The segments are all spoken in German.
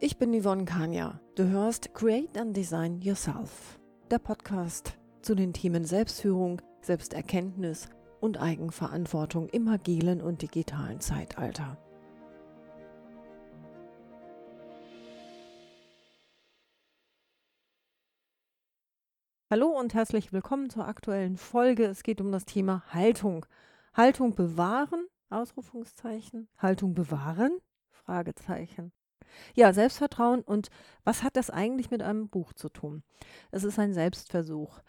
Ich bin Yvonne Kania. Du hörst Create and Design Yourself, der Podcast zu den Themen Selbstführung, Selbsterkenntnis und Eigenverantwortung im agilen und digitalen Zeitalter. Hallo und herzlich willkommen zur aktuellen Folge. Es geht um das Thema Haltung. Haltung bewahren? Ausrufungszeichen. Haltung bewahren? Fragezeichen. Ja, Selbstvertrauen, und was hat das eigentlich mit einem Buch zu tun? Es ist ein Selbstversuch.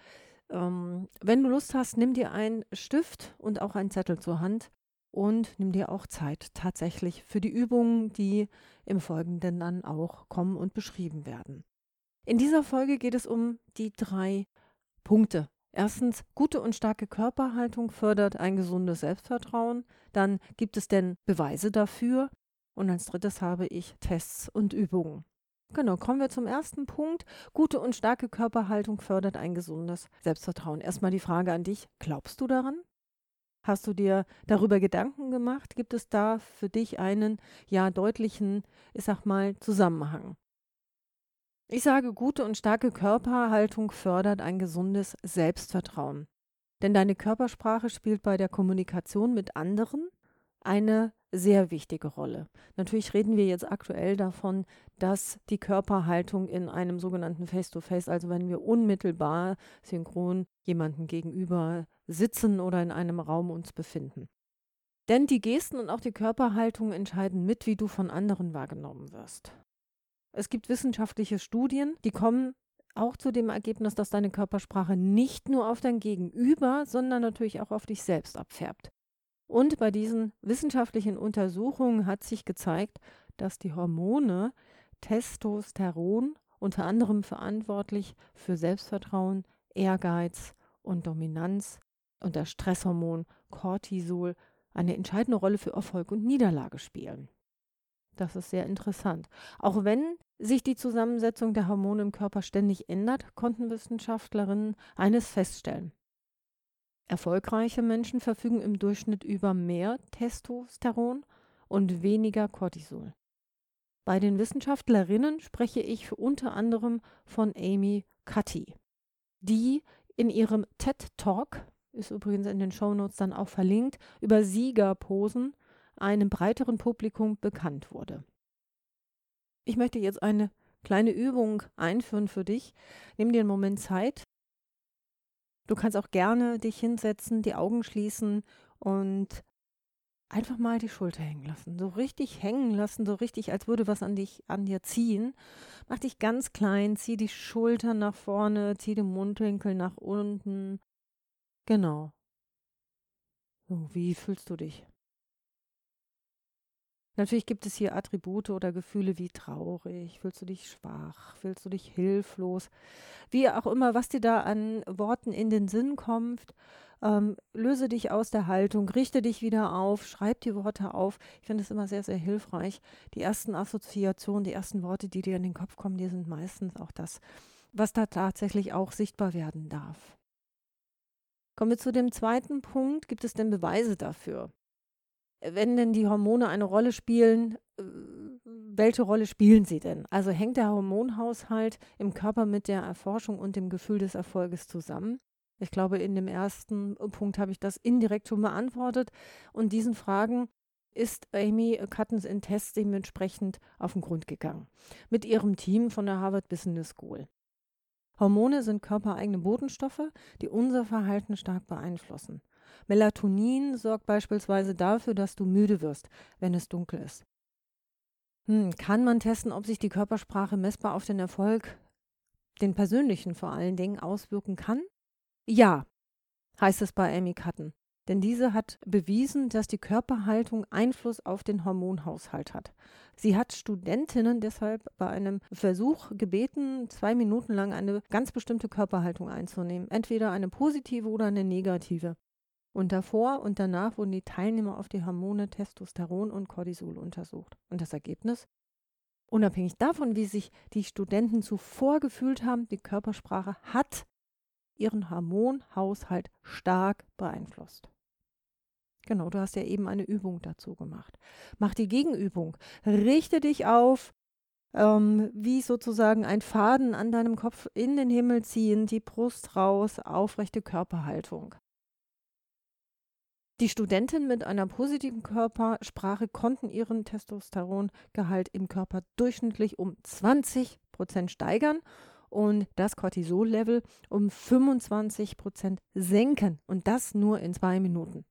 Wenn du Lust hast, nimm dir einen Stift und auch einen Zettel zur Hand und nimm dir auch Zeit tatsächlich für die Übungen, die im Folgenden dann auch kommen und beschrieben werden. In dieser Folge geht es um die 3 Punkte. Erstens, gute und starke Körperhaltung fördert ein gesundes Selbstvertrauen. Dann gibt es denn Beweise dafür. Und als drittes habe ich Tests und Übungen. Genau, kommen wir zum ersten Punkt. Gute und starke Körperhaltung fördert ein gesundes Selbstvertrauen. Erstmal die Frage an dich, glaubst du daran? Hast du dir darüber Gedanken gemacht? Gibt es da für dich einen, deutlichen, Zusammenhang? Ich sage, gute und starke Körperhaltung fördert ein gesundes Selbstvertrauen. Denn deine Körpersprache spielt bei der Kommunikation mit anderen eine sehr wichtige Rolle. Natürlich reden wir jetzt aktuell davon, dass die Körperhaltung in einem sogenannten Face-to-Face, also wenn wir unmittelbar synchron jemandem gegenüber sitzen oder in einem Raum uns befinden. Denn die Gesten und auch die Körperhaltung entscheiden mit, wie du von anderen wahrgenommen wirst. Es gibt wissenschaftliche Studien, die kommen auch zu dem Ergebnis, dass deine Körpersprache nicht nur auf dein Gegenüber, sondern natürlich auch auf dich selbst abfärbt. Und bei diesen wissenschaftlichen Untersuchungen hat sich gezeigt, dass die Hormone Testosteron unter anderem verantwortlich für Selbstvertrauen, Ehrgeiz und Dominanz und das Stresshormon Cortisol eine entscheidende Rolle für Erfolg und Niederlage spielen. Das ist sehr interessant. Auch wenn sich die Zusammensetzung der Hormone im Körper ständig ändert, konnten Wissenschaftlerinnen eines feststellen. Erfolgreiche Menschen verfügen im Durchschnitt über mehr Testosteron und weniger Cortisol. Bei den Wissenschaftlerinnen spreche ich unter anderem von Amy Cuddy, die in ihrem TED-Talk, ist übrigens in den Shownotes dann auch verlinkt, über Siegerposen einem breiteren Publikum bekannt wurde. Ich möchte jetzt eine kleine Übung einführen für dich. Nimm dir einen Moment Zeit. Du kannst auch gerne dich hinsetzen, die Augen schließen und einfach mal die Schulter hängen lassen. So richtig hängen lassen, so richtig, als würde was an dir ziehen. Mach dich ganz klein, zieh die Schultern nach vorne, zieh den Mundwinkel nach unten. Genau. So, wie fühlst du dich? Natürlich gibt es hier Attribute oder Gefühle wie traurig. Fühlst du dich schwach? Fühlst du dich hilflos? Wie auch immer, was dir da an Worten in den Sinn kommt, löse dich aus der Haltung, richte dich wieder auf, schreib die Worte auf. Ich finde es immer sehr, sehr hilfreich. Die ersten Assoziationen, die ersten Worte, die dir in den Kopf kommen, die sind meistens auch das, was da tatsächlich auch sichtbar werden darf. Kommen wir zu dem zweiten Punkt. Gibt es denn Beweise dafür? Wenn denn die Hormone eine Rolle spielen, welche Rolle spielen sie denn? Also hängt der Hormonhaushalt im Körper mit der Erforschung und dem Gefühl des Erfolges zusammen? Ich glaube, in dem ersten Punkt habe ich das indirekt schon beantwortet. Und diesen Fragen ist Amy Cuttens in Tests dementsprechend auf den Grund gegangen. Mit ihrem Team von der Harvard Business School. Hormone sind körpereigene Botenstoffe, die unser Verhalten stark beeinflussen. Melatonin sorgt beispielsweise dafür, dass du müde wirst, wenn es dunkel ist. Kann man testen, ob sich die Körpersprache messbar auf den Erfolg, den persönlichen vor allen Dingen, auswirken kann? Ja, heißt es bei Amy Cudden. Denn diese hat bewiesen, dass die Körperhaltung Einfluss auf den Hormonhaushalt hat. Sie hat Studentinnen deshalb bei einem Versuch gebeten, 2 Minuten lang eine ganz bestimmte Körperhaltung einzunehmen. Entweder eine positive oder eine negative. Und davor und danach wurden die Teilnehmer auf die Hormone Testosteron und Cortisol untersucht. Und das Ergebnis? Unabhängig davon, wie sich die Studenten zuvor gefühlt haben, die Körpersprache hat ihren Hormonhaushalt stark beeinflusst. Genau, du hast ja eben eine Übung dazu gemacht. Mach die Gegenübung. Richte dich auf, wie sozusagen ein Faden an deinem Kopf in den Himmel ziehen, die Brust raus, aufrechte Körperhaltung. Die Studentinnen mit einer positiven Körpersprache konnten ihren Testosterongehalt im Körper durchschnittlich um 20% steigern und das Cortisol-Level um 25% senken. Und das nur in 2 Minuten.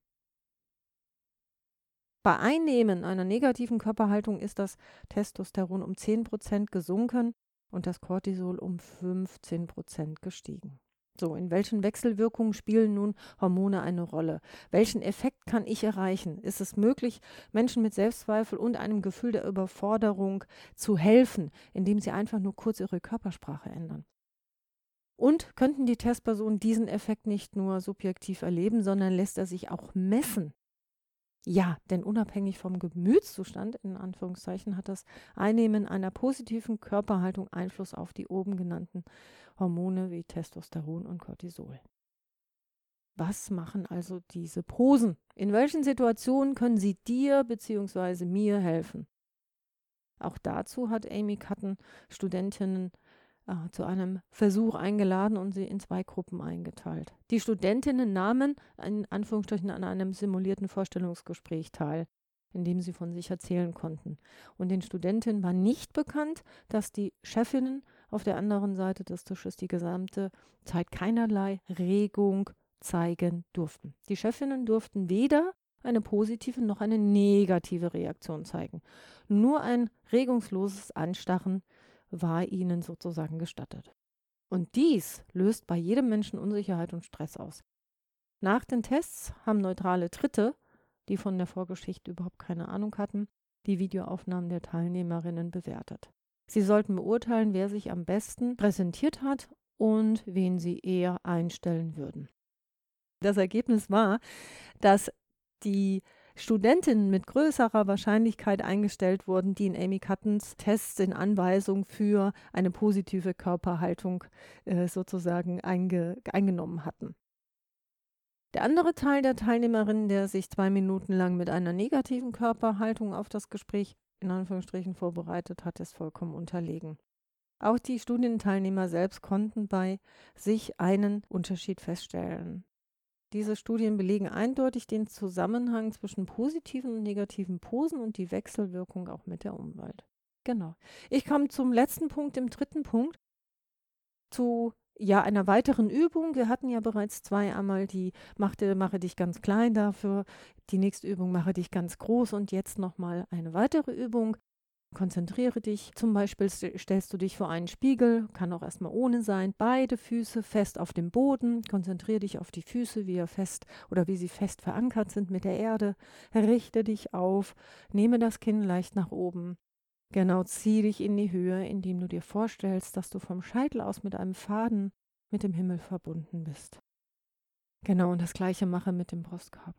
Bei Einnehmen einer negativen Körperhaltung ist das Testosteron um 10% gesunken und das Cortisol um 15% gestiegen. So, in welchen Wechselwirkungen spielen nun Hormone eine Rolle? Welchen Effekt kann ich erreichen? Ist es möglich, Menschen mit Selbstzweifel und einem Gefühl der Überforderung zu helfen, indem sie einfach nur kurz ihre Körpersprache ändern? Und könnten die Testpersonen diesen Effekt nicht nur subjektiv erleben, sondern lässt er sich auch messen? Ja, denn unabhängig vom Gemütszustand, in Anführungszeichen, hat das Einnehmen einer positiven Körperhaltung Einfluss auf die oben genannten Hormone wie Testosteron und Cortisol. Was machen also diese Posen? In welchen Situationen können sie dir bzw. mir helfen? Auch dazu hat Amy Cutton Studentinnen zu einem Versuch eingeladen und sie in 2 Gruppen eingeteilt. Die Studentinnen nahmen in Anführungsstrichen an einem simulierten Vorstellungsgespräch teil, in dem sie von sich erzählen konnten. Und den Studentinnen war nicht bekannt, dass die Chefinnen auf der anderen Seite des Tisches die gesamte Zeit keinerlei Regung zeigen durften. Die Chefinnen durften weder eine positive noch eine negative Reaktion zeigen. Nur ein regungsloses Anstarren war ihnen sozusagen gestattet. Und dies löst bei jedem Menschen Unsicherheit und Stress aus. Nach den Tests haben neutrale Dritte, die von der Vorgeschichte überhaupt keine Ahnung hatten, die Videoaufnahmen der Teilnehmerinnen bewertet. Sie sollten beurteilen, wer sich am besten präsentiert hat und wen sie eher einstellen würden. Das Ergebnis war, dass die Studentinnen mit größerer Wahrscheinlichkeit eingestellt wurden, die in Amy Cuttons Tests in Anweisung für eine positive Körperhaltung sozusagen eingenommen hatten. Der andere Teil der Teilnehmerinnen, der sich 2 Minuten lang mit einer negativen Körperhaltung auf das Gespräch in Anführungsstrichen vorbereitet hat, ist vollkommen unterlegen. Auch die Studienteilnehmer selbst konnten bei sich einen Unterschied feststellen. Diese Studien belegen eindeutig den Zusammenhang zwischen positiven und negativen Posen und die Wechselwirkung auch mit der Umwelt. Genau. Ich komme zum letzten Punkt, dem 3. Punkt, zu einer weiteren Übung. Wir hatten ja bereits 2, einmal die mache dich ganz klein dafür, die nächste Übung mache dich ganz groß und jetzt nochmal eine weitere Übung. Konzentriere dich, zum Beispiel stellst du dich vor einen Spiegel, kann auch erstmal ohne sein, beide Füße fest auf dem Boden, konzentriere dich auf die Füße, wie sie fest verankert sind mit der Erde, richte dich auf, nehme das Kinn leicht nach oben, genau, zieh dich in die Höhe, indem du dir vorstellst, dass du vom Scheitel aus mit einem Faden mit dem Himmel verbunden bist. Genau, und das Gleiche mache mit dem Brustkorb.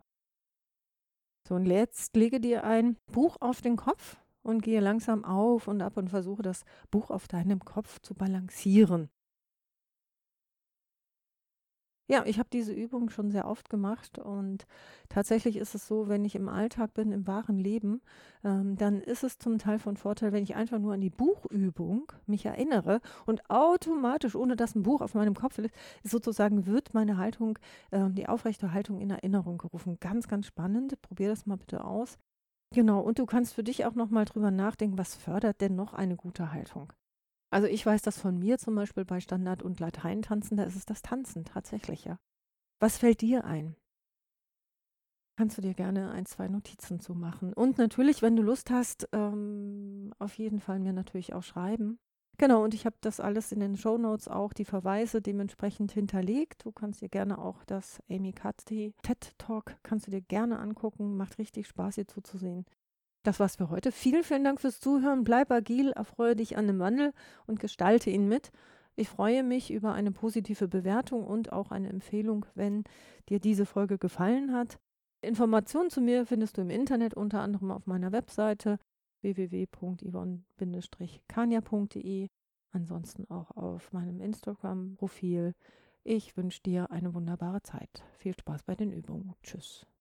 So, und jetzt lege dir ein Buch auf den Kopf und gehe langsam auf und ab und versuche das Buch auf deinem Kopf zu balancieren. Ja, ich habe diese Übung schon sehr oft gemacht und tatsächlich ist es so, wenn ich im Alltag bin, im wahren Leben, dann ist es zum Teil von Vorteil, wenn ich einfach nur an die Buchübung mich erinnere und automatisch, ohne dass ein Buch auf meinem Kopf ist, sozusagen wird meine Haltung, die aufrechte Haltung in Erinnerung gerufen. Ganz, ganz spannend. Probier das mal bitte aus. Genau, und du kannst für dich auch noch mal drüber nachdenken, was fördert denn noch eine gute Haltung? Also ich weiß das von mir zum Beispiel bei Standard- und Lateintanzen, da ist es das Tanzen tatsächlich, ja. Was fällt dir ein? Kannst du dir gerne 1, 2 Notizen zu machen. Und natürlich, wenn du Lust hast, auf jeden Fall mir natürlich auch schreiben. Genau, und ich habe das alles in den Shownotes auch, die Verweise dementsprechend hinterlegt. Du kannst dir gerne auch das Amy Cuddy TED Talk, kannst du dir gerne angucken. Macht richtig Spaß, ihr zuzusehen. Das war's für heute. Vielen, vielen Dank fürs Zuhören. Bleib agil, erfreue dich an dem Wandel und gestalte ihn mit. Ich freue mich über eine positive Bewertung und auch eine Empfehlung, wenn dir diese Folge gefallen hat. Informationen zu mir findest du im Internet, unter anderem auf meiner Webseite www.yvonne-kania.de, ansonsten auch auf meinem Instagram-Profil. Ich wünsche dir eine wunderbare Zeit. Viel Spaß bei den Übungen. Tschüss.